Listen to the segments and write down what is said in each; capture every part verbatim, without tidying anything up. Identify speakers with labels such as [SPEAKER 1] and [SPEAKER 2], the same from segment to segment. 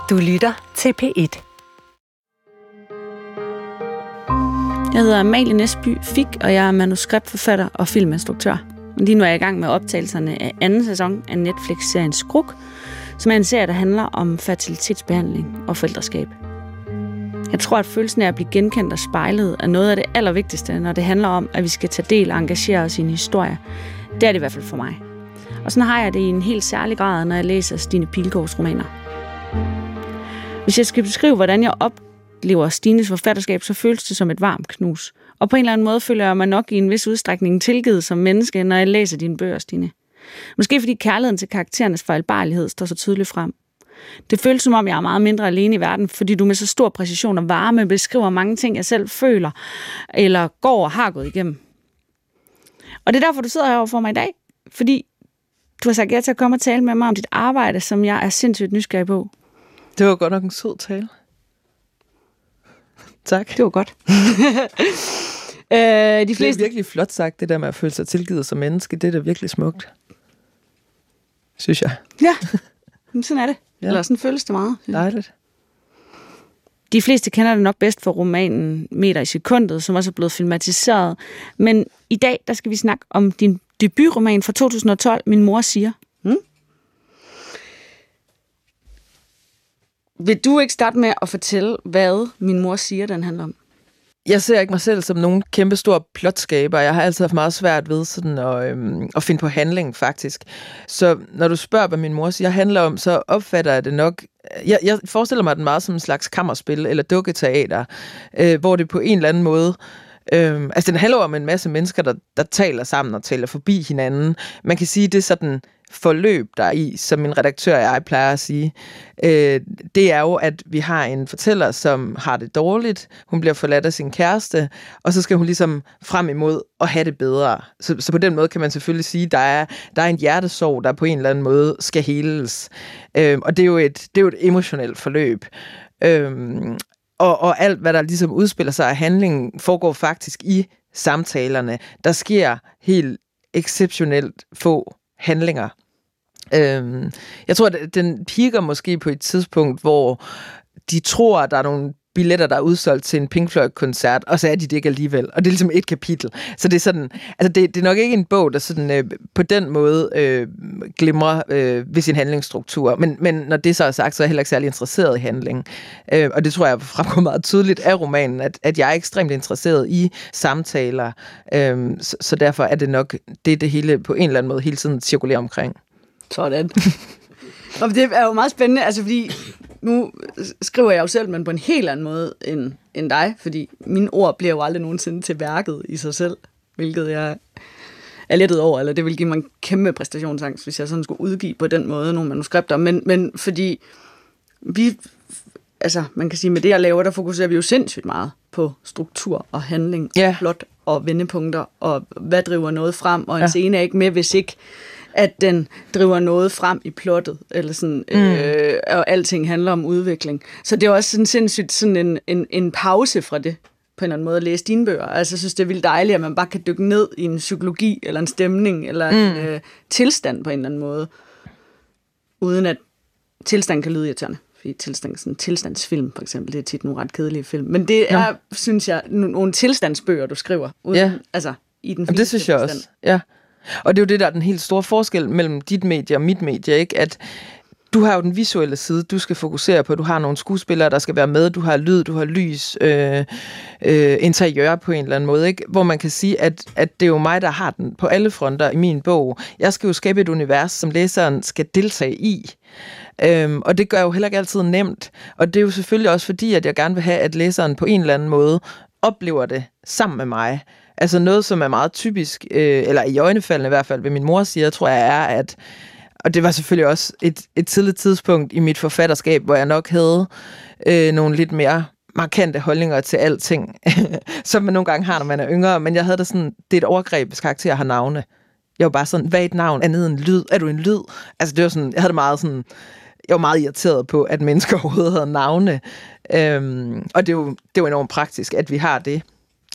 [SPEAKER 1] Du lytter til P et.
[SPEAKER 2] Jeg hedder Amalie Næsby Fik, og jeg er manuskriptforfatter og filminstruktør. Lige nu er jeg i gang med optagelserne af anden sæson af Netflix-serien Skruk, som er en serie, der handler om fertilitetsbehandling og forældreskab. Jeg tror, at følelsen af at blive genkendt og spejlet er noget af det allervigtigste, når det handler om, at vi skal tage del og engagere os i en historie. Det er det i hvert fald for mig. Og sådan har jeg det i en helt særlig grad, når jeg læser Stine Pilgaards romaner. Hvis jeg skal beskrive, hvordan jeg oplever Stines forfatterskab, så føles det som et varmt knus. Og på en eller anden måde føler jeg mig nok i en vis udstrækning tilgivet som menneske, når jeg læser dine bøger, Stine. Måske fordi kærligheden til karakterernes fejlbarlighed står så tydeligt frem. Det føles som om, jeg er meget mindre alene i verden, fordi du med så stor præcision og varme beskriver mange ting, jeg selv føler, eller går og har gået igennem. Og det er derfor, du sidder herovre for mig i dag, fordi du har sagt ja til at komme og tale med mig om dit arbejde, som jeg er sindssygt nysgerrig på.
[SPEAKER 3] Det var godt nok en sød tale. Tak.
[SPEAKER 2] Det var godt. øh, de fleste...
[SPEAKER 3] Det er virkelig flot sagt, det der med at føle sig tilgivet som menneske. Det er da virkelig smukt. Synes jeg.
[SPEAKER 2] Ja, men sådan er det.
[SPEAKER 3] Ja.
[SPEAKER 2] Eller sådan føles det meget.
[SPEAKER 3] Dejligt.
[SPEAKER 2] De fleste kender det nok bedst for romanen Meter i sekundet, som også er blevet filmatiseret. Men i dag, der skal vi snakke om din debutroman fra to tusind og tolv, Min mor siger. Hmm? Vil du ikke starte med at fortælle, hvad Min mor siger, den handler om?
[SPEAKER 3] Jeg ser ikke mig selv som nogen kæmpestor plotskaber. Jeg har altid haft meget svært ved sådan at, øhm, at finde på handling, faktisk. Så når du spørger, hvad min mor siger handler om, så opfatter jeg det nok... Jeg, jeg forestiller mig den meget som en slags kammerspil eller dukketeater, øh, hvor det på en eller anden måde... Øh, altså, den handler om en masse mennesker, der, der taler sammen og taler forbi hinanden. Man kan sige, det er sådan... forløb der er i, som min redaktør og jeg plejer at sige, øh, det er jo, at vi har en fortæller, som har det dårligt. Hun bliver forladt af sin kæreste, og så skal hun ligesom frem imod at have det bedre. Så, så på den måde kan man selvfølgelig sige, at der er, der er en hjertesorg, der på en eller anden måde skal heles. Øh, og det er jo et, det er jo et emotionelt forløb. Øh, og, og alt, hvad der ligesom udspiller sig af handlingen, foregår faktisk i samtalerne. Der sker helt exceptionelt få handlinger. Øhm, jeg tror, at den piker måske på et tidspunkt, hvor de tror, at der er nogle billetter, der er udsolgt til en Pink Floyd-koncert, og så er de det ikke alligevel. Og det er ligesom et kapitel. Så det er sådan, altså det, det er nok ikke en bog, der sådan, øh, på den måde øh, glimrer øh, ved sin handlingsstruktur. Men, men når det så er sagt, så er jeg heller ikke særlig interesseret i handling. Øh, og det tror jeg fremgår meget tydeligt af romanen, at, at jeg er ekstremt interesseret i samtaler. Øh, så, så derfor er det nok det, det hele på en eller anden måde hele tiden cirkulerer omkring.
[SPEAKER 2] Sådan. Og det er jo meget spændende, altså fordi nu skriver jeg jo selv, men på en helt anden måde end, end dig, fordi mine ord bliver jo aldrig nogensinde til værket i sig selv, hvilket jeg er lettet over, eller det vil give mig en kæmpe præstationsangst, hvis jeg sådan skulle udgive på den måde nogle manuskripter, men, men fordi vi, altså man kan sige, med det jeg laver, der fokuserer vi jo sindssygt meget på struktur og handling,
[SPEAKER 3] yeah.
[SPEAKER 2] og plot og vendepunkter, og hvad driver noget frem, og en ja. scene er ikke med, hvis ikke at den driver noget frem i plottet, eller sådan, mm. øh, og alting handler om udvikling. Så det er også sådan sindssygt sådan en, en, en pause fra det, på en eller anden måde, at læse dine bøger. Altså, jeg synes, det er vildt dejligt, at man bare kan dykke ned i en psykologi, eller en stemning, eller mm. en øh, tilstand på en eller anden måde, uden at tilstand kan lyde irriterende. Fordi tilstand, sådan en tilstandsfilm, for eksempel, det er tit nogle ret kedelige film. Men det er, ja. synes jeg, nogle tilstandsbøger, du skriver, uden,
[SPEAKER 3] ja.
[SPEAKER 2] altså, i den
[SPEAKER 3] Jamen, det synes jeg også, ja. Og det er jo det, der er den helt store forskel mellem dit medie og mit medie, ikke? At du har jo den visuelle side, du skal fokusere på. Du har nogle skuespillere, der skal være med. Du har lyd, du har lys, øh, øh, interiør på en eller anden måde, ikke? Hvor man kan sige, at, at det er jo mig, der har den på alle fronter i min bog. Jeg skal jo skabe et univers, som læseren skal deltage i. Øhm, og det gør jo heller ikke altid nemt. Og det er jo selvfølgelig også fordi, at jeg gerne vil have, at læseren på en eller anden måde oplever det sammen med mig. Altså noget, som er meget typisk, øh, eller i øjnefaldene i hvert fald, ved min mor siger, tror jeg, er, at, og det var selvfølgelig også et, et tidligt tidspunkt i mit forfatterskab, hvor jeg nok havde øh, nogle lidt mere markante holdninger til alting, som man nogle gange har, når man er yngre, men jeg havde da sådan, det er et overgreb, hvis karakterer har navne. Jeg var bare sådan, hvad er et navn? Andet en lyd? Er du en lyd? Altså det var sådan, jeg havde det meget sådan, jeg var meget irriteret på, at mennesker overhovedet havde navne. Øhm, og det er, jo, det er jo enormt praktisk, at vi har det.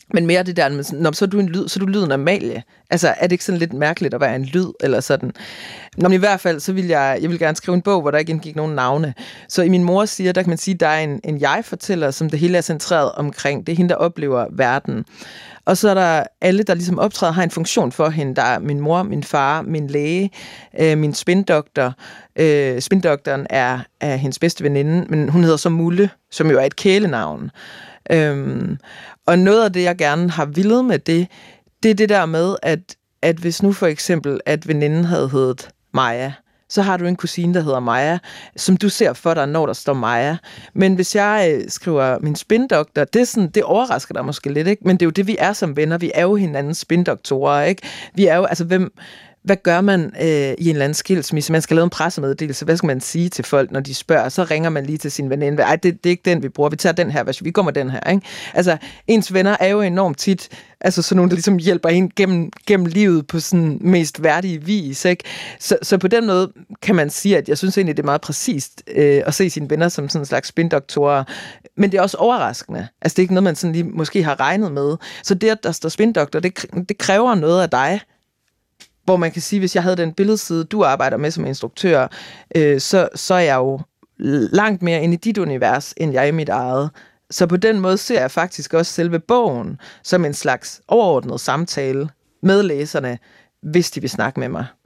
[SPEAKER 3] Men mere det der, med sådan, når så er du en lyd, så er du lyden af Amalie. Altså, er det ikke sådan lidt mærkeligt at være en lyd, eller sådan? Nå, men i hvert fald, så vil jeg, jeg vil gerne skrive en bog, hvor der ikke indgik nogen navne. Så i min mor siger, der kan man sige, der er en, en jeg-fortæller, som det hele er centreret omkring. Det er hende, der oplever verden. Og så er der alle, der ligesom optræder, har en funktion for hende. Der er min mor, min far, min læge, øh, min spindoktor. Øh, spindoktoren er, er hendes bedste veninde, men hun hedder så Mulle, som jo er et kælenavn. Øhm, og noget af det, jeg gerne har villet med det, det er det der med, at, at hvis nu for eksempel, at veninden havde heddet Maja, så har du en kusine, der hedder Maja, som du ser for dig, når der står Maja. Men hvis jeg øh, skriver min spindoktor, det, er sådan, det overrasker dig måske lidt, ikke? Men det er jo det, vi er som venner. Vi er jo hinandens spindoktorer, ikke? Vi er jo, altså hvem... Hvad gør man øh, i en eller anden skilsmisse? Man skal lave en pressemeddelelse. Hvad skal man sige til folk, når de spørger? Så ringer man lige til sin veninde. Ej, det, det er ikke den, vi bruger. Vi tager den her. Vi går med den her. Ikke? Altså, ens venner er jo enormt tit altså sådan nogle, der ligesom hjælper en gennem, gennem livet på sådan mest værdige vis. Ikke? Så, så på den måde kan man sige, at jeg synes egentlig, det er meget præcist øh, at se sine venner som sådan en slags spindoktorer. Men det er også overraskende. Altså, det er ikke noget, man sådan lige måske har regnet med. Så det, at der står spindoktor, det, det kræver noget af dig. Hvor man kan sige, hvis jeg havde den billedside, du arbejder med som instruktør, øh, så, så er jeg jo langt mere inde i dit univers, end jeg er i mit eget. Så på den måde ser jeg faktisk også selve bogen som en slags overordnet samtale med læserne, hvis de vil snakke med mig.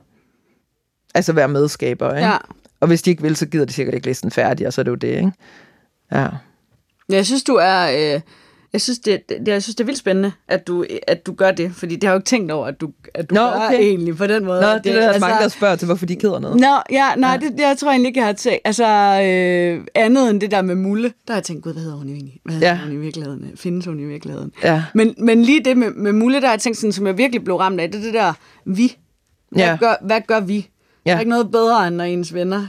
[SPEAKER 3] Altså være medskaber, ikke?
[SPEAKER 2] Ja.
[SPEAKER 3] Og hvis de ikke vil, så gider de sikkert ikke læse den færdig, og så er det jo det, ikke? Ja.
[SPEAKER 2] Jeg synes, du er... Øh Jeg synes, det, det, jeg synes, det er vildt spændende, at du, at du gør det, fordi det har jeg jo ikke tænkt over, at du, at du
[SPEAKER 3] Nå,
[SPEAKER 2] gør
[SPEAKER 3] okay.
[SPEAKER 2] egentlig på den måde.
[SPEAKER 3] Nå, det, det er der
[SPEAKER 2] altså,
[SPEAKER 3] mange, der spørger til, hvorfor de keder noget.
[SPEAKER 2] Nå, ja, nej,
[SPEAKER 3] Ja.
[SPEAKER 2] det, det jeg tror jeg egentlig ikke, jeg har tænkt. Altså, øh, andet end det der med Mulle, der har jeg tænkt, gud, hvad hedder hun egentlig? Hvad hedder
[SPEAKER 3] Ja.
[SPEAKER 2] hun i virkeligheden? Findes hun i virkeligheden?
[SPEAKER 3] Ja.
[SPEAKER 2] Men, men lige det med, med Mulle, der har jeg tænkt, sådan, som jeg virkelig blev ramt af, det er det der, vi. Hvad,
[SPEAKER 3] Ja.
[SPEAKER 2] gør, hvad gør vi?
[SPEAKER 3] Ja.
[SPEAKER 2] Der er ikke noget bedre, end når ens venner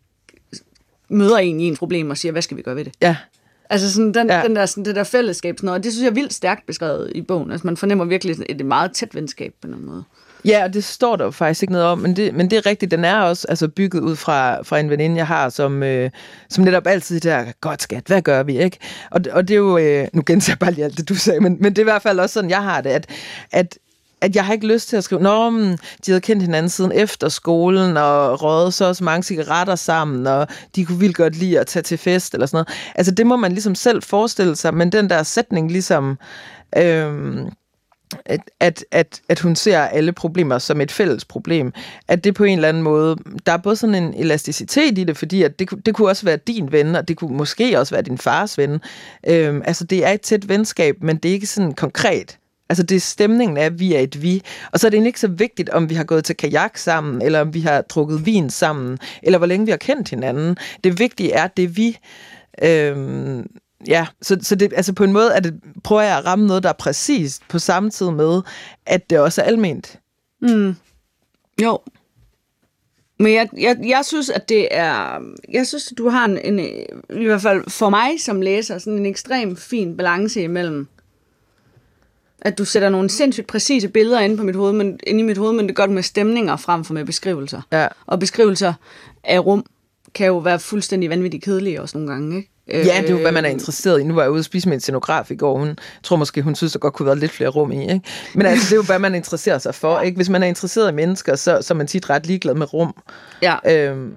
[SPEAKER 2] møder en i en problem og siger, hvad skal vi gøre ved det?
[SPEAKER 3] Ja.
[SPEAKER 2] Altså sådan den,
[SPEAKER 3] Ja.
[SPEAKER 2] den der, sådan det der fællesskab, sådan noget, og det synes jeg er vildt stærkt beskrevet i bogen. Altså man fornemmer virkelig et, et meget tæt venskab på en måde.
[SPEAKER 3] Ja, og det står der jo faktisk ikke noget om, men det, men det er rigtigt, den er også altså, bygget ud fra, fra en veninde, jeg har, som, øh, som netop altid der, godt skat, hvad gør vi, ikke? Og, og det er jo, øh, nu gentager jeg bare lige alt det, du sagde, men, men det er i hvert fald også sådan, jeg har det, at, at at jeg har ikke lyst til at skrive, nå, men, de havde kendt hinanden siden efter skolen, og røget så også mange cigaretter sammen, og de kunne vildt godt lide at tage til fest, eller sådan noget. Altså, det må man ligesom selv forestille sig, men den der sætning ligesom, øhm, at, at, at, at hun ser alle problemer som et fælles problem, at det på en eller anden måde, der er både sådan en elasticitet i det, fordi at det, det kunne også være din ven, og det kunne måske også være din fars ven. Øhm, altså, det er et tæt venskab, men det er ikke sådan konkret. Altså det er stemningen af, at vi er et vi. Og så er det egentlig ikke så vigtigt, om vi har gået til kajak sammen, eller om vi har drukket vin sammen, eller hvor længe vi har kendt hinanden. Det vigtige er, at det er vi. Øhm, ja, så, så det, altså på en måde er det, prøver jeg at ramme noget, der er præcist, på samme tid med, at det også er alment.
[SPEAKER 2] Mm. Jo. Men jeg, jeg, jeg synes, at det er... Jeg synes, at du har en, en... I hvert fald for mig som læser, sådan en ekstrem fin balance imellem at du sætter nogle sindssygt præcise billeder inde på mit hoved, men inde i mit hoved, men det gør du med stemninger frem for med beskrivelser.
[SPEAKER 3] Ja.
[SPEAKER 2] Og beskrivelser af rum kan jo være fuldstændig vanvittigt kedelige også nogle gange, ikke?
[SPEAKER 3] Ja, det er jo, hvad man er interesseret i. Nu var jeg ude og spise med en scenograf i går. Hun tror måske, hun synes, der godt kunne være lidt flere rum i, ikke? Men altså, det er jo, hvad man interesserer sig for, ikke? Hvis man er interesseret i mennesker, så, så er man tit ret ligeglad med rum.
[SPEAKER 2] Ja.
[SPEAKER 3] Øhm.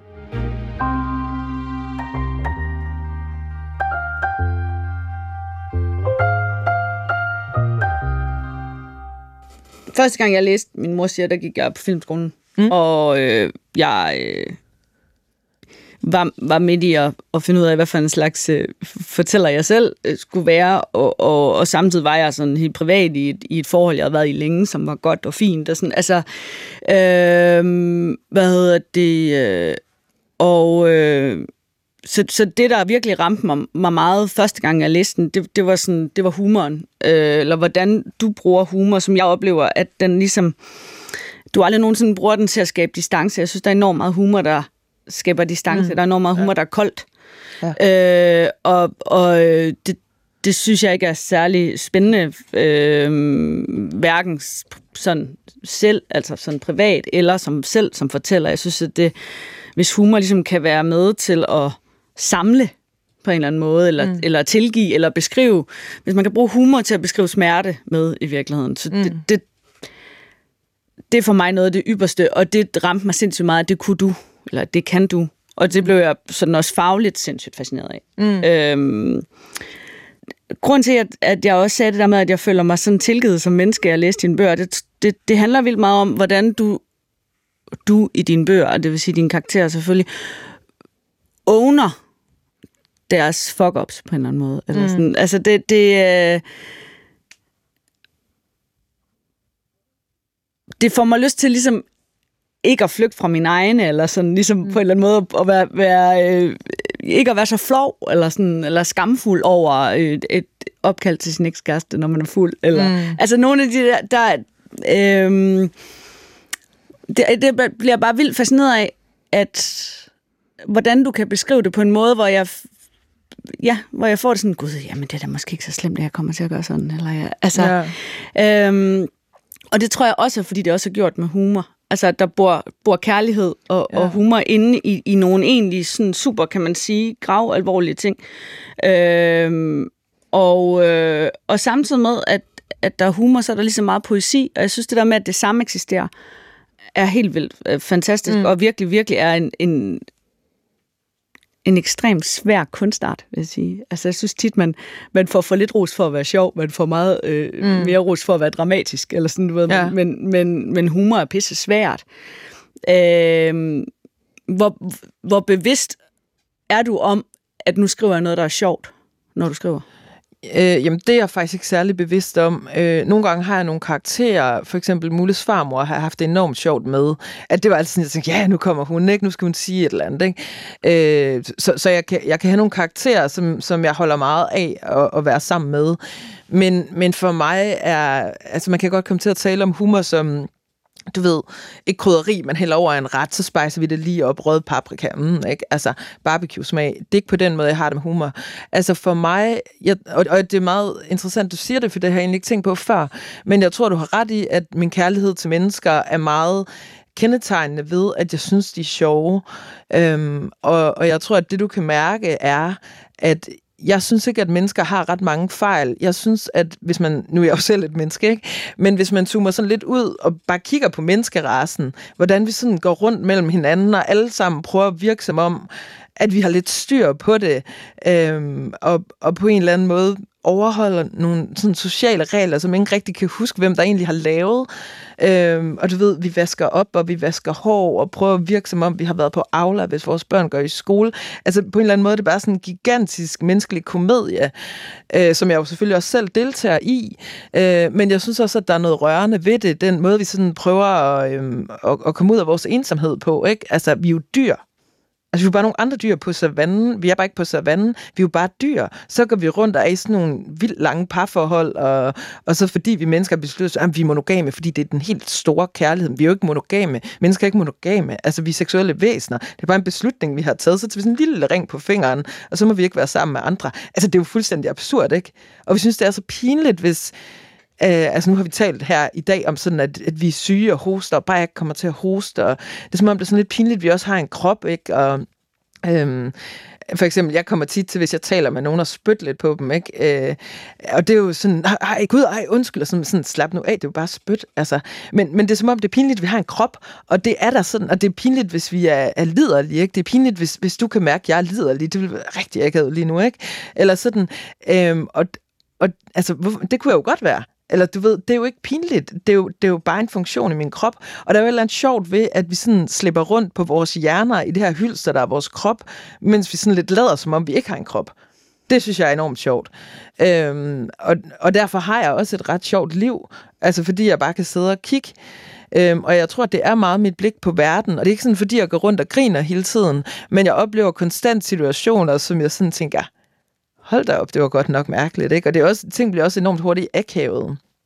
[SPEAKER 2] Første gang, jeg læste Min mor siger, der gik jeg på filmskolen, mm. og øh, jeg øh, var, var midt i at, at finde ud af, hvad for en slags øh, fortæller jeg selv øh, skulle være, og, og, og samtidig var jeg sådan helt privat i et, i et forhold, jeg havde været i længe, som var godt og fint, og sådan, altså, øh, hvad hedder det, øh, og... Øh, Så, så det, der virkelig ramte mig, mig meget første gang, jeg læste den, det, det, var, sådan, det var humoren. Øh, eller hvordan du bruger humor, som jeg oplever, at den ligesom... Du aldrig nogensinde bruger den til at skabe distance. Jeg synes, der er enormt meget humor, der skaber distance. Mm. Der er enormt meget humor, ja. der er koldt. Ja. Øh, og og det, det synes jeg ikke er særlig spændende. Øh, hverken sådan selv, altså sådan privat, eller som selv som fortæller. Jeg synes, at det, hvis humor ligesom kan være med til at samle på på en eller anden måde, eller, mm. eller tilgive, eller beskrive. Hvis man kan bruge humor til at beskrive smerte med i virkeligheden. Så mm. det, det, det er for mig noget af det ypperste, og det ramte mig sindssygt meget, at det kunne du, eller det kan du. Og det blev jeg sådan også fagligt sindssygt fascineret af. Mm. Øhm, Grunden til, at, at jeg også sagde det der med, at jeg føler mig sådan tilgivet som menneske, jeg læste dine bøger, det, det, det handler vildt meget om, hvordan du, du i dine bøger, og det vil sige dine karakterer selvfølgelig, owner deres fuck-ups på en eller anden måde. Eller mm. sådan. Altså det... det øh, det får mig lyst til ligesom ikke at flygte fra min egen, eller sådan ligesom mm. på en eller anden måde at være, være øh, ikke at være så flov, eller sådan, eller skamfuld over øh, et opkald til sin ekskæreste, når man er fuld, eller mm. altså nogle af de der, der øh, det, det bliver bare vildt fascineret af, at hvordan du kan beskrive det på en måde, hvor jeg ja, hvor jeg får det sådan, gud, jamen det er da måske ikke så slemt, at jeg kommer til at gøre sådan, eller jeg, altså ja. øhm, og det tror jeg også, fordi det også er gjort med humor. Altså, at der bor, bor kærlighed og, ja. og humor inde i, i nogle egentlig sådan super, kan man sige, gravalvorlige ting. Øhm, og, øh, og samtidig med, at, at der er humor, så er der lige så meget poesi, og jeg synes, det der med, at det samme eksisterer, er helt vildt øh, fantastisk, mm. og virkelig, virkelig er en, en en ekstremt svær kunstart, vil jeg sige. Altså, jeg synes tit, man, man får for lidt ros for at være sjov, man får meget øh, mm. mere ros for at være dramatisk, eller sådan, du ved, ja. men, men, men humor er pisse svært. Øh, hvor, hvor bevidst er du om, at nu skriver jeg noget, der er sjovt, når du skriver?
[SPEAKER 3] Øh, jamen, det er jeg faktisk ikke særlig bevidst om. Øh, nogle gange har jeg nogle karakterer, for eksempel Mulles farmor har haft det enormt sjovt med, at det var altid sådan, jeg tænkte, ja, nu kommer hun, ikke? Nu skal hun sige et eller andet, ikke? Øh, så så jeg, kan, jeg kan have nogle karakterer, som, som jeg holder meget af at, at være sammen med. Men, men for mig er, altså man kan godt komme til at tale om humor som, du ved, ikke krydderi, man hælder over en ret, så spicer vi det lige op, rød paprika, mm, ikke? Altså barbecue-smag. Det er ikke på den måde, jeg har det med humor. Altså for mig, jeg, og, og det er meget interessant, du siger det, for det har jeg egentlig ikke tænkt på før, men jeg tror, du har ret i, at min kærlighed til mennesker er meget kendetegnende ved, at jeg synes, de er sjove. Øhm, og, og jeg tror, at det, du kan mærke, er, at jeg synes ikke, at mennesker har ret mange fejl. Jeg synes, at hvis man, nu er jeg jo selv et menneske, ikke? Men hvis man zoomer sådan lidt ud og bare kigger på menneskerassen, hvordan vi sådan går rundt mellem hinanden, og alle sammen prøver at virke som om, at vi har lidt styr på det, øhm, og, og på en eller anden måde overholder nogle sådan sociale regler, som ingen rigtig kan huske, hvem der egentlig har lavet. Øhm, og du ved, vi vasker op, og vi vasker hår, og prøver at virke som om, vi har været på Aula, hvis vores børn går i skole. Altså på en eller anden måde, det er bare sådan en gigantisk menneskelig komedie, øh, som jeg jo selvfølgelig også selv deltager i. Øh, men jeg synes også, at der er noget rørende ved det, den måde, vi sådan prøver at, øh, at, at komme ud af vores ensomhed på, ikke? Altså, vi er jo dyr. Altså, vi er jo bare nogle andre dyr på savannen. Vi er bare ikke på savannen. Vi er jo bare dyr. Så går vi rundt og er i sådan nogle vildt lange parforhold, og, og så fordi vi mennesker beslutter, at vi er monogame, fordi det er den helt store kærlighed. Vi er jo ikke monogame. Mennesker er ikke monogame. Altså, vi er seksuelle væsener. Det er bare en beslutning, vi har taget. Så tager vi sådan en lille ring på fingeren, og så må vi ikke være sammen med andre. Altså, det er jo fuldstændig absurd, ikke? Og vi synes, det er så pinligt, hvis... Uh, altså nu har vi talt her i dag om sådan, at, at vi er syge og hoster, og bare ikke kommer til at hoste, og det er som om, det er sådan lidt pinligt, at vi også har en krop, ikke? Og øhm, for eksempel, jeg kommer tit til, hvis jeg taler med nogen og spytter lidt på dem, ikke? Uh, og det er jo sådan, ej gud, ej undskyld, og sådan, sådan slap nu af, det er jo bare spyt, altså. Men, men det er som om, det er pinligt, at vi har en krop, og det er der sådan, og det er pinligt, hvis vi er, er liderlige, ikke? Det er pinligt, hvis, hvis du kan mærke, at jeg er liderlig, det vil være rigtig akavet lige nu, ikke? Eller sådan, øhm, og, og altså, det kunne jeg jo godt være. Eller du ved, det er jo ikke pinligt, det er jo, det er jo bare en funktion i min krop. Og der er jo et eller andet sjovt ved, at vi sådan slipper rundt på vores hjerner i det her hylster, der er vores krop, mens vi sådan lidt lader, som om vi ikke har en krop. Det synes jeg er enormt sjovt. Øhm, og, og derfor har jeg også et ret sjovt liv, altså fordi jeg bare kan sidde og kigge. Øhm, og jeg tror, at det er meget mit blik på verden, og det er ikke sådan, fordi jeg går rundt og griner hele tiden, men jeg oplever konstant situationer, som jeg sådan tænker, hold da op, det var godt nok mærkeligt, ikke? Og det er også, ting bliver også enormt hurtigt akavet.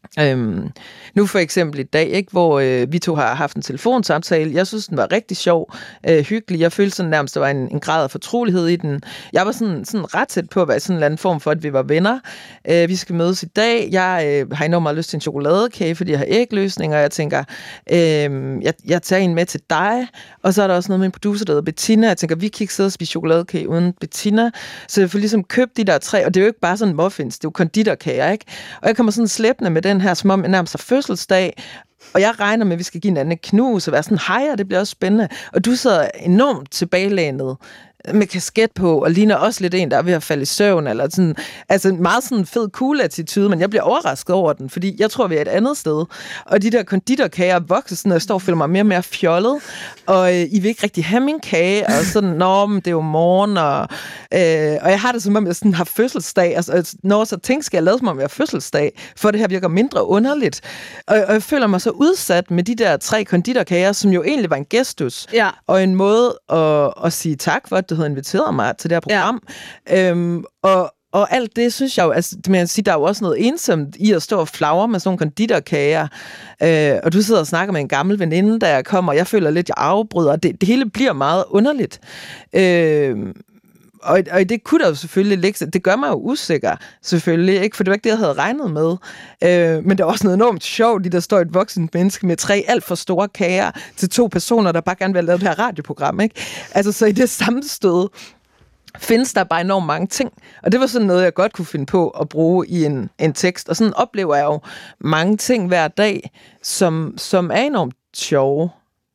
[SPEAKER 3] Øhm, nu for eksempel i dag, ikke, hvor øh, vi to har haft en telefonsamtale. Jeg synes, den var rigtig sjov, øh, hyggelig. Jeg følte sådan nærmest, der var en, en grad af fortrolighed i den. Jeg var sådan, sådan ret tæt på at være sådan en eller anden form for, at vi var venner. Øh, vi skal mødes i dag. Jeg øh, har enormt meget lyst til en chokoladekage, fordi jeg har ægløsninger, og jeg tænker, øh, jeg, jeg tager en med til dig. Og så er der også noget med en producer, der hedder Bettina. Jeg tænker, vi kan ikke sidde og spise chokoladekage uden Bettina. Så jeg får ligesom købt de der tre, og det er jo ikke bare sådan muffins, det er jo konditorkager, ikke? Og jeg kommer sådan slæbende med den her, som om jeg nærmest har fødselsdag, og jeg regner med, at vi skal give hinanden et knus og være sådan, hej, og det bliver også spændende. Og du sidder enormt tilbagelænet med kasket på, og ligner også lidt en, der er ved at falde i søvn, eller sådan, altså meget sådan fed, cool attitude, men jeg bliver overrasket over den, fordi jeg tror, vi er et andet sted, og de der konditorkager vokser sådan, og jeg står og føler mig mere og mere fjollet, og øh, I vil ikke rigtig have min kage, og sådan, nå, men det er jo morgen, og, øh, og jeg har det som om, jeg sådan har fødselsdag, altså, når så tænker, skal jeg lade som om, jeg har fødselsdag, for det her virker mindre underligt, og, og jeg føler mig så udsat med de der tre konditorkager, som jo egentlig var en gestus,
[SPEAKER 2] ja.
[SPEAKER 3] og en måde at, at sige tak for, at du havde inviteret mig til det her program. Ja. Øhm, og, og alt det, synes jeg jo, altså, det man sige, der er jo også noget ensomt i at stå og flagre med sådan nogle konditorkager, øh, og du sidder og snakker med en gammel veninde, der kommer, og jeg føler lidt, jeg afbryder, og det, det hele bliver meget underligt. Øh, Og, og det kunne der jo selvfølgelig ligge. Det gør mig jo usikker, selvfølgelig, ikke? For det var ikke det, jeg havde regnet med. Øh, men der er også noget enormt sjovt, de der står et voksent menneske med tre alt for store kager til to personer, der bare gerne vil lave det her radioprogram, ikke? Altså, så i det sammenstød findes der bare enormt mange ting. Og det var sådan noget, jeg godt kunne finde på at bruge i en, en tekst. Og sådan oplever jeg jo mange ting hver dag, som, som er enormt sjove.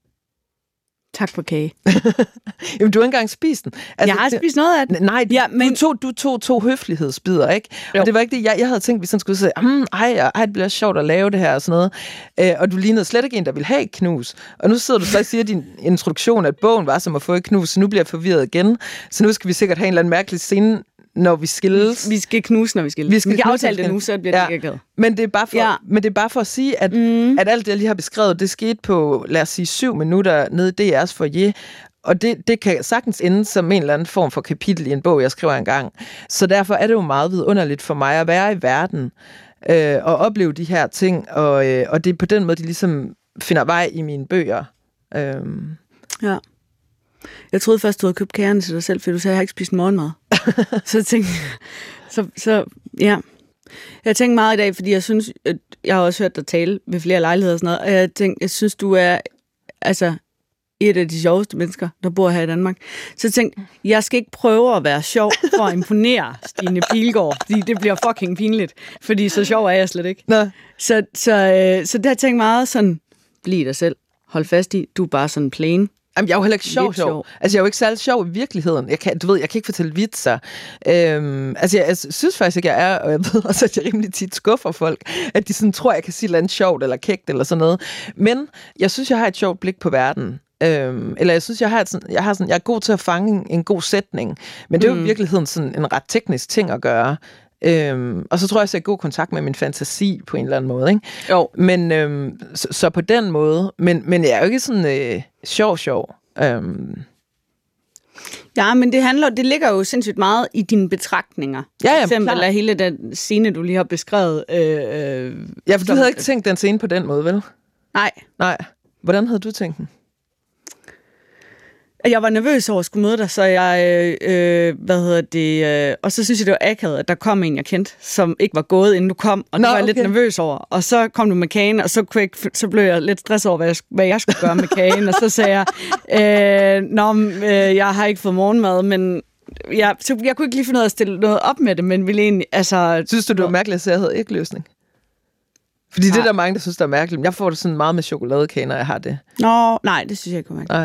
[SPEAKER 2] Tak for kage.
[SPEAKER 3] Jamen, du har ikke engang spist den.
[SPEAKER 2] Altså, jeg har spist noget af den.
[SPEAKER 3] Nej, ja, men... du, tog, du tog to høflighedsbidder, ikke? Jo. Og det var ikke det, jeg, jeg havde tænkt, hvis han skulle sige, hm, ej, ej, det bliver sjovt at lave det her og sådan noget. Øh, og du lignede slet ikke en, der ville have et knus. Og nu sidder du så og siger, at din introduktion, at bogen var som at få et knus, så nu bliver jeg forvirret igen. Så nu skal vi sikkert have en eller anden mærkelig scene, når vi skilles.
[SPEAKER 2] Vi skal knuse, når vi skilles. Vi skal vi aftale det nu, så bliver det ja. ikke akavet.
[SPEAKER 3] Men det er bare for, ja. men det er bare for at sige, at, mm. at alt det, jeg lige har beskrevet, det skete på, lad os sige, syv minutter nede i D R's foyer. Og det, det kan sagtens ende som en eller anden form for kapitel i en bog, jeg skriver engang. Så derfor er det jo meget vidunderligt for mig at være i verden øh, og opleve de her ting. Og, øh, og det er på den måde, de ligesom finder vej i mine bøger. Øh.
[SPEAKER 2] Ja. Jeg troede først, du havde købt kagerne til dig selv, fordi du sagde, at jeg har ikke spist morgenmad. så jeg tænkte, så, så ja. Jeg tænkte meget i dag, fordi jeg synes, at jeg har også hørt dig tale ved flere lejligheder og sådan noget, og jeg tænkte, jeg synes, du er altså et af de sjoveste mennesker, der bor her i Danmark. Så jeg tænkte, jeg skal ikke prøve at være sjov for at imponere Stine Pilgaard, fordi det bliver fucking pinligt, fordi så sjov er jeg slet ikke.
[SPEAKER 3] Nå.
[SPEAKER 2] Så, så, øh, så der tænkte jeg meget sådan, bliv dig selv, hold fast i, du er bare sådan plain.
[SPEAKER 3] Jamen, jeg er jo heller ikke sjov, sjov. sjov. Altså, jeg er jo ikke særlig sjov i virkeligheden. Jeg kan, du ved, jeg kan ikke fortælle vitser. Øhm, altså, jeg, jeg synes faktisk ikke, jeg er, og jeg ved også, at jeg rimelig tit skuffer folk, at de sådan tror, jeg kan sige noget sjovt eller kægt eller sådan noget. Men jeg synes, jeg har et sjovt blik på verden. Øhm, eller jeg synes, jeg har, sådan, jeg har sådan, jeg er god til at fange en god sætning. Men det er jo mm. i virkeligheden sådan en ret teknisk ting at gøre. Øhm, og så tror jeg, at jeg er i god kontakt med min fantasi på en eller anden måde, ikke?
[SPEAKER 2] Jo.
[SPEAKER 3] Men, øhm, så, så på den måde, men, men jeg er jo ikke sådan øh, sjov, sjov. Øhm.
[SPEAKER 2] Ja, men det handler, det ligger jo sindssygt meget i dine betragtninger.
[SPEAKER 3] Ja, ja,
[SPEAKER 2] for eksempel af hele den scene, du lige har beskrevet. Øh, øh,
[SPEAKER 3] ja, for du havde ikke tænkt den scene på den måde, vel?
[SPEAKER 2] Nej.
[SPEAKER 3] Nej. Hvordan havde du tænkt den?
[SPEAKER 2] Jeg var nervøs over at skulle møde dig, så jeg, øh, hvad hedder det, øh, og så synes jeg, det var akavet, at der kom en, jeg kendte, som ikke var gået, inden du kom, og det var jeg okay. lidt nervøs over. Og så kom du med kagen, og så, kunne jeg, så blev jeg lidt stresset over, hvad jeg, hvad jeg skulle gøre med kagen, og så sagde jeg, øh, nå, øh, jeg har ikke fået morgenmad, men jeg, så jeg kunne ikke lige finde ud af at stille noget op med det, men ville egentlig, altså...
[SPEAKER 3] Synes du, det var mærkeligt, at jeg havde ikke løsning? Fordi nej. Det er der mange, der synes, det er mærkeligt. Jeg får det sådan meget med chokoladekage, når jeg har det.
[SPEAKER 2] Nå, nej, det synes jeg ikke var mærkeligt.
[SPEAKER 3] Nej.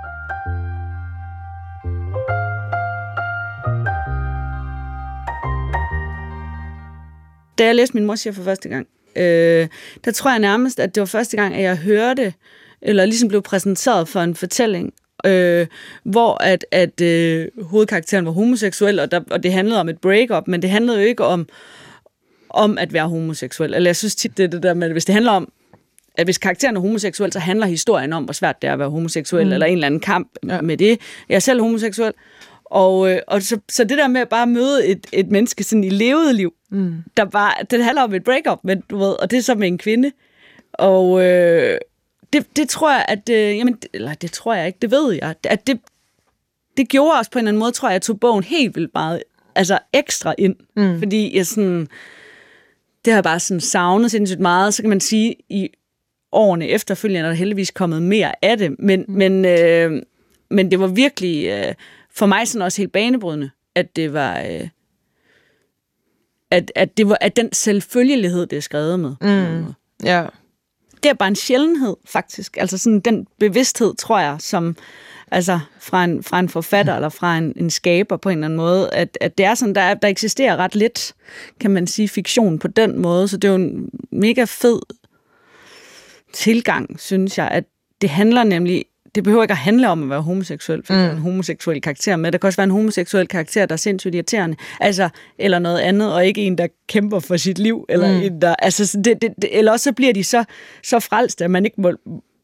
[SPEAKER 2] Da jeg læste Min mor siger for første gang, øh, der tror jeg nærmest, at det var første gang, at jeg hørte, eller ligesom blev præsenteret for en fortælling, øh, hvor at, at øh, hovedkarakteren var homoseksuel, og, der, og det handlede om et break-up, men det handlede jo ikke om, om at være homoseksuel. Eller jeg synes tit, det er det der med, hvis det handler om, at hvis karakteren er homoseksuel, så handler historien om, hvor svært det er at være homoseksuel, mm. eller en eller anden kamp ja. med det. Jeg er selv homoseksuel, Og, øh, og så, så det der med at bare møde et, et menneske sådan i levet liv, mm. der bare, det handler om et breakup, men du ved, og det er så med en kvinde. Og øh, det, det tror jeg, at, øh, jamen, eller det tror jeg ikke, det ved jeg, at det, det gjorde også på en eller anden måde, tror jeg, jeg tog bogen helt vildt meget, altså ekstra ind, mm. fordi jeg sådan, det har bare sådan savnet sindssygt meget, så kan man sige, i årene efterfølgende er der heldigvis kommet mere af det, men, mm. men, øh, men det var virkelig øh, for mig sådan også helt banebrydende, at det var, øh, at, at det var, at den selvfølgelighed, det er skrevet med.
[SPEAKER 3] Mm. Ja.
[SPEAKER 2] Det er bare en sjældenhed, faktisk. Altså sådan den bevidsthed, tror jeg, som altså fra en, fra en forfatter eller fra en, en skaber på en eller anden måde, at, at det er sådan, der, der eksisterer ret lidt, kan man sige, fiktion på den måde, så det er jo en mega fed tilgang, synes jeg, at det handler nemlig, det behøver ikke at handle om at være homoseksuel, for mm. en homoseksuel karakter med. Der kan også være en homoseksuel karakter, der er sindssygt irriterende, altså, eller noget andet, og ikke en, der kæmper for sit liv, eller mm. en, der, altså, det, det, det, eller også så bliver de så, så frelste, at man ikke må,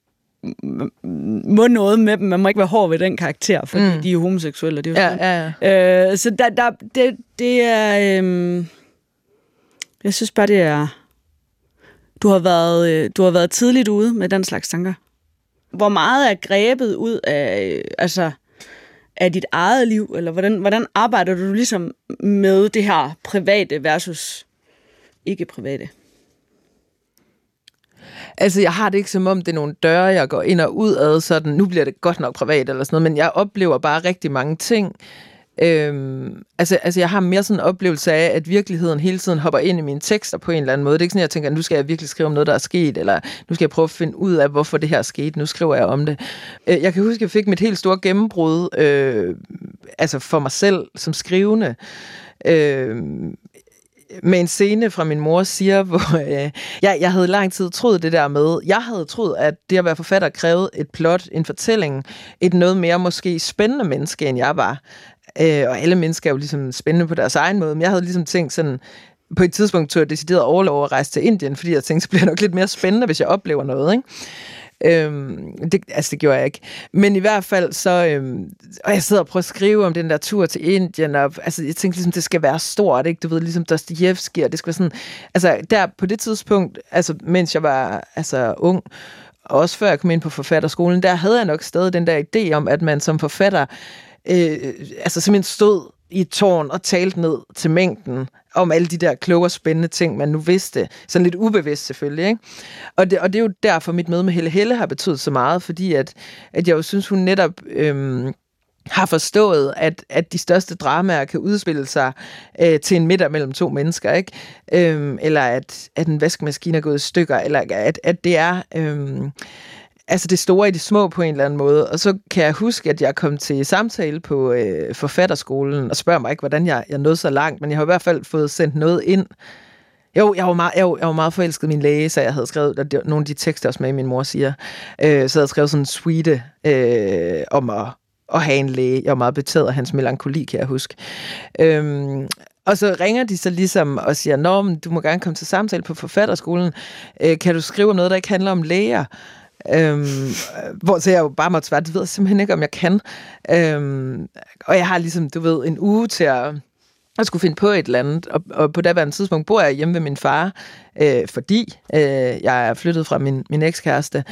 [SPEAKER 2] må noget med dem. Man må ikke være hård ved den karakter, fordi mm. de er homoseksuelle. Det er jo
[SPEAKER 3] ja, ja, ja.
[SPEAKER 2] Øh, så der, der, det, det er... Øhm, jeg synes bare, det er... Du har været, du har været tidligt ude med den slags tanker. Hvor meget er grebet ud af, altså, af dit eget liv? Eller hvordan, hvordan arbejder du ligesom med det her private versus ikke private?
[SPEAKER 3] Altså, jeg har det ikke som om, det er nogle døre, jeg går ind og ud af, sådan, nu bliver det godt nok privat eller sådan noget, men jeg oplever bare rigtig mange ting. Øhm, altså, altså, jeg har mere sådan en oplevelse af, at virkeligheden hele tiden hopper ind i mine tekster på en eller anden måde. Det er ikke sådan, at jeg tænker, at nu skal jeg virkelig skrive om noget, der er sket, eller nu skal jeg prøve at finde ud af, hvorfor det her er sket. Nu skriver jeg om det. Jeg kan huske, at jeg fik mit helt store gennembrud, øh, altså for mig selv som skrivende, øh, med en scene fra min mor siger, hvor øh, jeg, jeg havde lang tid troet det der med, jeg havde troet, at det at være forfatter krævede et plot, en fortælling, et noget mere måske spændende menneske, end jeg var. Øh, og alle mennesker er jo ligesom spændende på deres egen måde, men jeg havde ligesom tænkt sådan, på et tidspunkt tog jeg decideret overlov at rejse til Indien, fordi jeg tænkte, så bliver det nok lidt mere spændende, hvis jeg oplever noget, ikke? Øhm, det, altså det gjorde jeg ikke. Men i hvert fald så, øhm, og jeg sidder og prøver at skrive om den der tur til Indien, og altså jeg tænkte ligesom, det skal være stort, ikke? Du ved, ligesom Dostojevskij, og det skal være sådan, altså der på det tidspunkt, altså mens jeg var altså ung, og også før jeg kom ind på forfatterskolen, der havde jeg nok stadig den der idé om, at man som forfatter, øh, altså simpelthen stod i et tårn og talte ned til mængden om alle de der kloge og spændende ting, man nu vidste. Sådan lidt ubevidst selvfølgelig, ikke? Og det, og det er jo derfor, mit møde med Helle Helle har betydet så meget, fordi at, at jeg jo synes, hun netop øhm, har forstået, at, at de største dramaer kan udspille sig øh, til en middag mellem to mennesker, ikke? Øhm, eller at, at en vaskemaskine er gået i stykker, eller at, at det er... Øhm, altså det store i det små på en eller anden måde. Og så kan jeg huske, at jeg kom til samtale på øh, forfatterskolen, og spørger mig ikke, hvordan jeg, jeg nåede så langt, men jeg har i hvert fald fået sendt noget ind. Jo, jeg var meget, jeg var, jeg var meget forelsket i min læge, så jeg havde skrevet, der, nogle af de tekster også med, min mor siger, øh, så jeg havde skrevet sådan en suite øh, om at, at have en læge. Jeg var meget betaget af hans melankoli, kan jeg huske. Øhm, Og så ringer de så ligesom og siger, nå, men du må gerne komme til samtale på forfatterskolen. Øh, kan du skrive om noget, der ikke handler om læger? Øhm, hvor så jeg jo bare måtte svare, det ved jeg simpelthen ikke, om jeg kan. Øhm, og jeg har ligesom, du ved, en uge til at, at skulle finde på et eller andet. Og, og på daværende tidspunkt bor jeg hjemme ved min far, øh, fordi øh, jeg er flyttet fra min, min ekskæreste.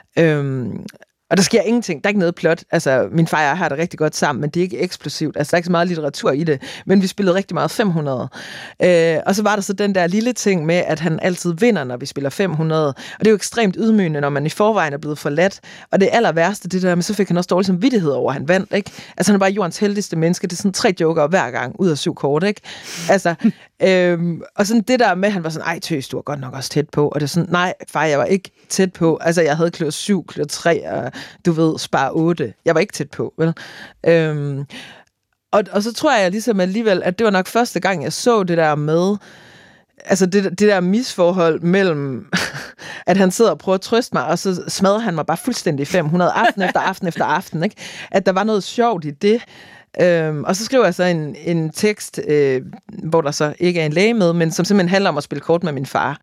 [SPEAKER 3] Øhm, Og der sker ingenting. Der er ikke noget plot. Altså, min far og jeg har det rigtig godt sammen, men det er ikke eksplosivt. Altså, der er ikke så meget litteratur i det. Men vi spillede rigtig meget fem hundrede. Øh, og så var der så den der lille ting med, at han altid vinder, når vi spiller fem hundrede. Og det er jo ekstremt ydmygende, når man i forvejen er blevet forladt. Og det aller værste, det der, men så fik han også dårlig samvittighed over, at han vandt, ikke? Altså, han er bare jordens heldigste menneske. Det er sådan tre joker hver gang, ud af syv kort, ikke? Altså, øhm, og sådan det der med, han var sådan, ej, tøs, du var godt nok også tæt på. Og det er sådan, nej, far, jeg var ikke tæt på. Altså, jeg havde klør syv, klør tre, og du ved, spar otte. Jeg var ikke tæt på, vel? Øhm, og, og så tror jeg ligesom alligevel, at det var nok første gang, jeg så det der med, altså det, det der misforhold mellem, at han sidder og prøver at trøste mig, og så smadrer han mig bare fuldstændig fem hundrede aften efter aften efter aften, ikke? At der var noget sjovt i det. Øhm, og så skriver jeg så en, en tekst, øh, hvor der så ikke er en læge med, men som simpelthen handler om at spille kort med min far.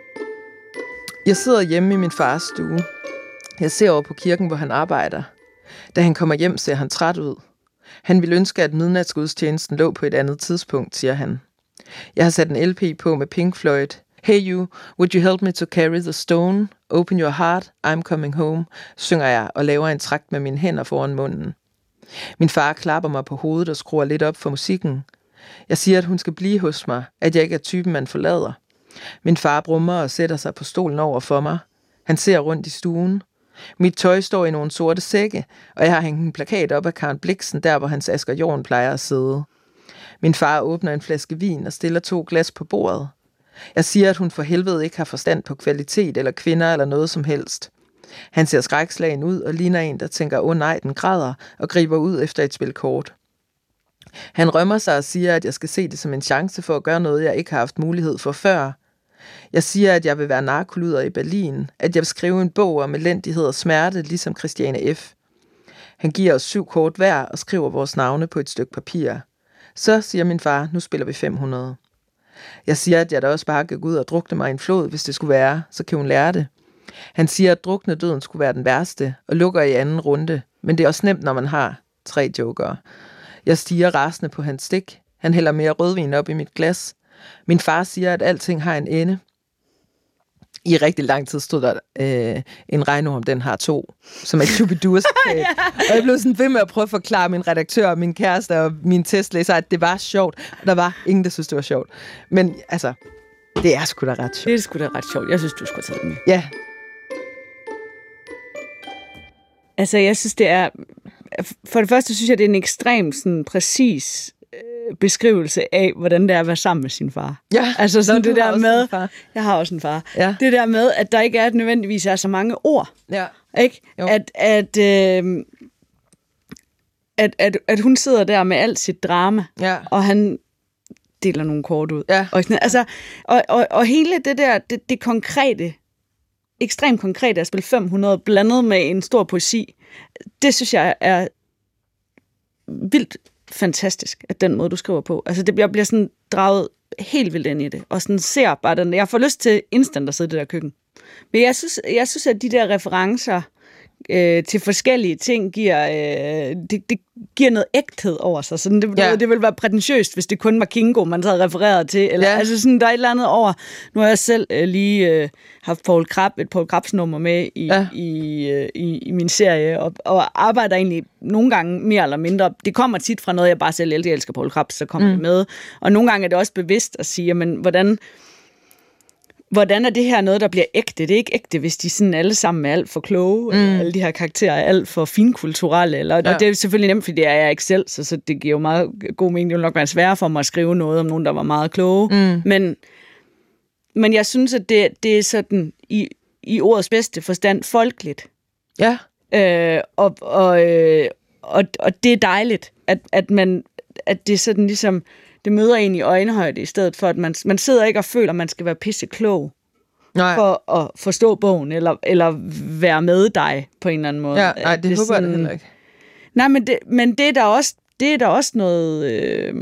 [SPEAKER 3] Jeg sidder hjemme i min fars stue. Jeg ser over på kirken, hvor han arbejder. Da han kommer hjem, ser han træt ud. Han vil ønske, at midnatsgudstjenesten lå på et andet tidspunkt, siger han. Jeg har sat en L P på med Pink Floyd. Hey you, would you help me to carry the stone? Open your heart, I'm coming home, synger jeg og laver en trakt med mine hænder foran munden. Min far klapper mig på hovedet og skruer lidt op for musikken. Jeg siger, at hun skal blive hos mig, at jeg ikke er typen, man forlader. Min far brummer og sætter sig på stolen over for mig. Han ser rundt i stuen. Mit tøj står i nogle sorte sække, og jeg har hængt en plakat op af Karen Blixen, der hvor hans Asger Jorn plejer at sidde. Min far åbner en flaske vin og stiller to glas på bordet. Jeg siger, at hun for helvede ikke har forstand på kvalitet eller kvinder eller noget som helst. Han ser skrækslagen ud og ligner en, der tænker, åh oh, nej, den græder, og griber ud efter et spil kort. Han rømmer sig og siger, at jeg skal se det som en chance for at gøre noget, jeg ikke har haft mulighed for før. Jeg siger, at jeg vil være narkoluder i Berlin, at jeg vil skrive en bog om elendighed og smerte, ligesom Christiane F. Han giver os syv kort hver og skriver vores navne på et stykke papir. Så, siger min far, nu spiller vi fem hundrede. Jeg siger, at jeg da også bare kan gå ud og drukne mig i en flod, hvis det skulle være, så kan hun lære det. Han siger, at drukne døden skulle være den værste, og lukker i anden runde, men det er også nemt, når man har tre jokere. Jeg stiger rasende på hans stik. Han hælder mere rødvin op i mit glas. Min far siger, at alting har en ende. I rigtig lang tid stod der øh, en regnorm, den har to, som er Chubiduas. ja. Og jeg blev sådan ved med at prøve at forklare min redaktør, min kæreste og min testlæser, at det var sjovt. Og der var ingen, der synes, det var sjovt. Men altså, det er sgu da ret sjovt.
[SPEAKER 2] Det er sgu da ret sjovt. Jeg synes, du skulle have taget den med.
[SPEAKER 3] Ja.
[SPEAKER 2] Altså, jeg synes, det er... For det første synes jeg, det er en ekstremt sådan, præcis øh, beskrivelse af, hvordan det er at være sammen med sin far.
[SPEAKER 3] Ja,
[SPEAKER 2] altså sådan det der med...
[SPEAKER 3] Far.
[SPEAKER 2] Jeg har også en far.
[SPEAKER 3] Ja.
[SPEAKER 2] Det der med, at der ikke er nødvendigvis er så mange ord.
[SPEAKER 3] Ja.
[SPEAKER 2] Ikke? At, at, øh, at, at, at hun sidder der med alt sit drama,
[SPEAKER 3] ja.
[SPEAKER 2] og han deler nogle kort ud.
[SPEAKER 3] Ja.
[SPEAKER 2] Og, sådan, altså, og, og, og hele det der, det, det konkrete, ekstremt konkrete at spille fem hundrede, blandet med en stor poesi, det synes jeg er vildt fantastisk, at den måde, du skriver på. Altså, det bliver, bliver sådan draget helt vildt ind i det, og sådan ser bare den. Jeg får lyst til instant at sidde i det der køkken. Men jeg synes, jeg synes at de der referencer øh, til forskellige ting giver, øh, det, det giver noget ægthed over sig. Sådan, det, ja. det ville være prætentiøst, hvis det kun var Kingo, man så havde refereret til. Eller, ja. Altså sådan, der er et eller andet over. Nu har jeg selv øh, lige øh, haft Poul Krab, et Poul Krabs nummer med i, ja. i, øh, i, i min serie, og, og arbejder egentlig nogle gange mere eller mindre. Det kommer tit fra noget, jeg bare selv elsker, jeg elsker Poul Krabs, så kommer mm. det med. Og nogle gange er det også bevidst at sige, men hvordan... Hvordan er det her noget, der bliver ægte? Det er ikke ægte, hvis de sådan alle sammen er alt for kloge, mm. alle de her karakterer er alt for finkulturelle. Eller, ja. Og det er selvfølgelig nemt, fordi det er jeg ikke selv, så, så det giver jo meget god mening. Det vil nok være sværere for mig at skrive noget om nogen, der var meget kloge. Mm. Men, men jeg synes, at det, det er sådan i, i ordets bedste forstand folkeligt.
[SPEAKER 3] Ja.
[SPEAKER 2] Øh, og, og, øh, og, og det er dejligt, at, at, man, at det sådan ligesom... Det møder en i øjenhøjde, i stedet for, at man, man sidder ikke og føler, at man skal være pisseklog nej. For at forstå bogen, eller, eller være med dig på en eller anden måde.
[SPEAKER 3] Ja, nej, det, det håber sådan, jeg heller ikke.
[SPEAKER 2] Nej, men det, men det er der også, det er der også noget... Øh,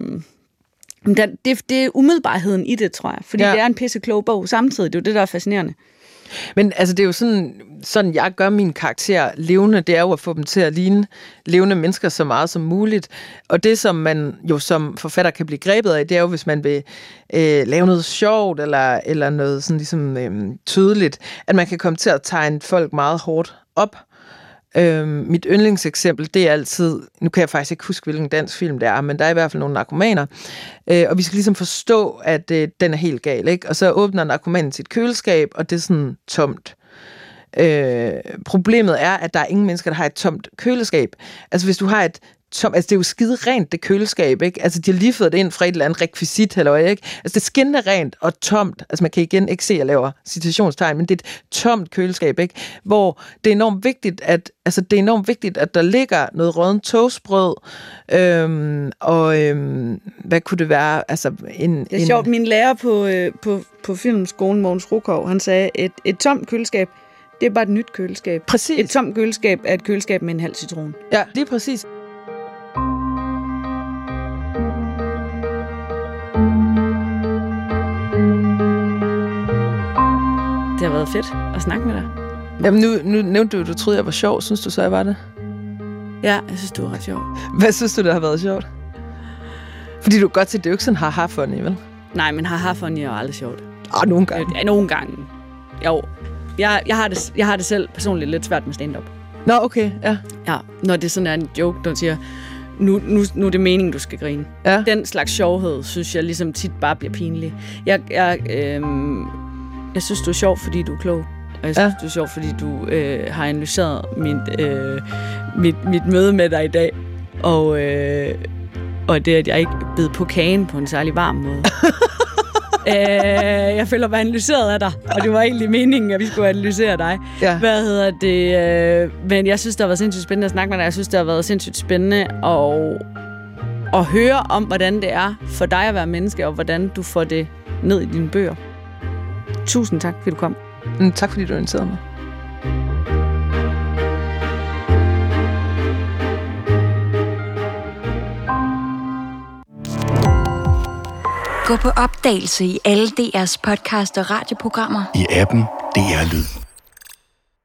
[SPEAKER 2] det, det er umiddelbarheden i det, tror jeg. Fordi ja. Det er en pisseklog bog samtidig. Det er jo det, der er fascinerende.
[SPEAKER 3] Men altså, det er jo sådan, sådan, jeg gør min karakter levende, det er jo at få dem til at ligne levende mennesker så meget som muligt. Og det, som man jo som forfatter kan blive grebet af, det er jo, hvis man vil øh, lave noget sjovt, eller, eller noget sådan ligesom øh, tydeligt, at man kan komme til at tegne folk meget hårdt op. Øh, mit yndlingseksempel, det er altid, nu kan jeg faktisk ikke huske, hvilken dansk film det er, men der er i hvert fald nogle narkomaner, øh, og vi skal ligesom forstå, at øh, den er helt gal, ikke? Og så åbner narkomanen sit køleskab, og det er sådan tomt. Øh, problemet er, at der er ingen mennesker, der har et tomt køleskab. Altså hvis du har et Tom, altså det er jo skide rent, det køleskab, ikke? Altså de har lige fået det ind fra et eller andet rekvisit, eller ikke? Altså det er skinnende rent og tomt. Altså man kan igen ikke se, at jeg laver citationstegn, men det er et tomt køleskab, ikke? Hvor det er enormt vigtigt, at, altså det er enormt vigtigt, at der ligger noget rådden toastbrød, øhm, og øhm, hvad kunne det være? Altså en...
[SPEAKER 2] Det er
[SPEAKER 3] en...
[SPEAKER 2] sjovt, min lærer på, øh, på, på filmskolen, Mogens Rukov, han sagde, et, et tomt køleskab, det er bare et nyt køleskab.
[SPEAKER 3] Præcis.
[SPEAKER 2] Et tomt køleskab er et køleskab med en halv citron.
[SPEAKER 3] Ja, lige præcis.
[SPEAKER 2] Det har været fedt at snakke med dig.
[SPEAKER 3] Jamen nu, nu nævnte du, at du troede, jeg var sjov. Synes du så, jeg var det?
[SPEAKER 2] Ja, jeg synes, du er ret sjov.
[SPEAKER 3] Hvad synes du, der har været sjovt? Fordi du kan godt se, det er jo ikke sådan haha-funny, vel?
[SPEAKER 2] Nej, men haha-funny er jo aldrig sjovt.
[SPEAKER 3] Åh, nogle gange.
[SPEAKER 2] Ja, nogle gange. Jo. Jeg, jeg, har det, jeg har det selv personligt lidt svært med stand-up.
[SPEAKER 3] Nå, okay, ja.
[SPEAKER 2] Ja, når det sådan er en joke, der siger, nu, nu, nu er det meningen, du skal grine.
[SPEAKER 3] Ja.
[SPEAKER 2] Den slags sjovhed, synes jeg ligesom tit bare bliver pinlig. Jeg, jeg, øh, jeg synes, du er sjov, fordi du er klog. Og jeg synes, ja. du er sjov, fordi du øh, har analyseret mit, øh, mit, mit møde med dig i dag. Og, øh, og det, at jeg ikke bed på kagen på en særlig varm måde. øh, jeg føler mig analyseret af dig, og det var egentlig meningen, at vi skulle analysere dig.
[SPEAKER 3] Ja.
[SPEAKER 2] Hvad hedder det? Øh, men jeg synes, det har været sindssygt spændende at snakke med dig. Jeg synes, det har været sindssygt spændende at, at høre om, hvordan det er for dig at være menneske, og hvordan du får det ned i dine bøger. Tusind tak, fordi du kom.
[SPEAKER 3] Mm, tak, fordi du inviterede mig.
[SPEAKER 1] Gå på opdagelse i alle D R's podcast og radioprogrammer.
[SPEAKER 4] I appen D R Lyd.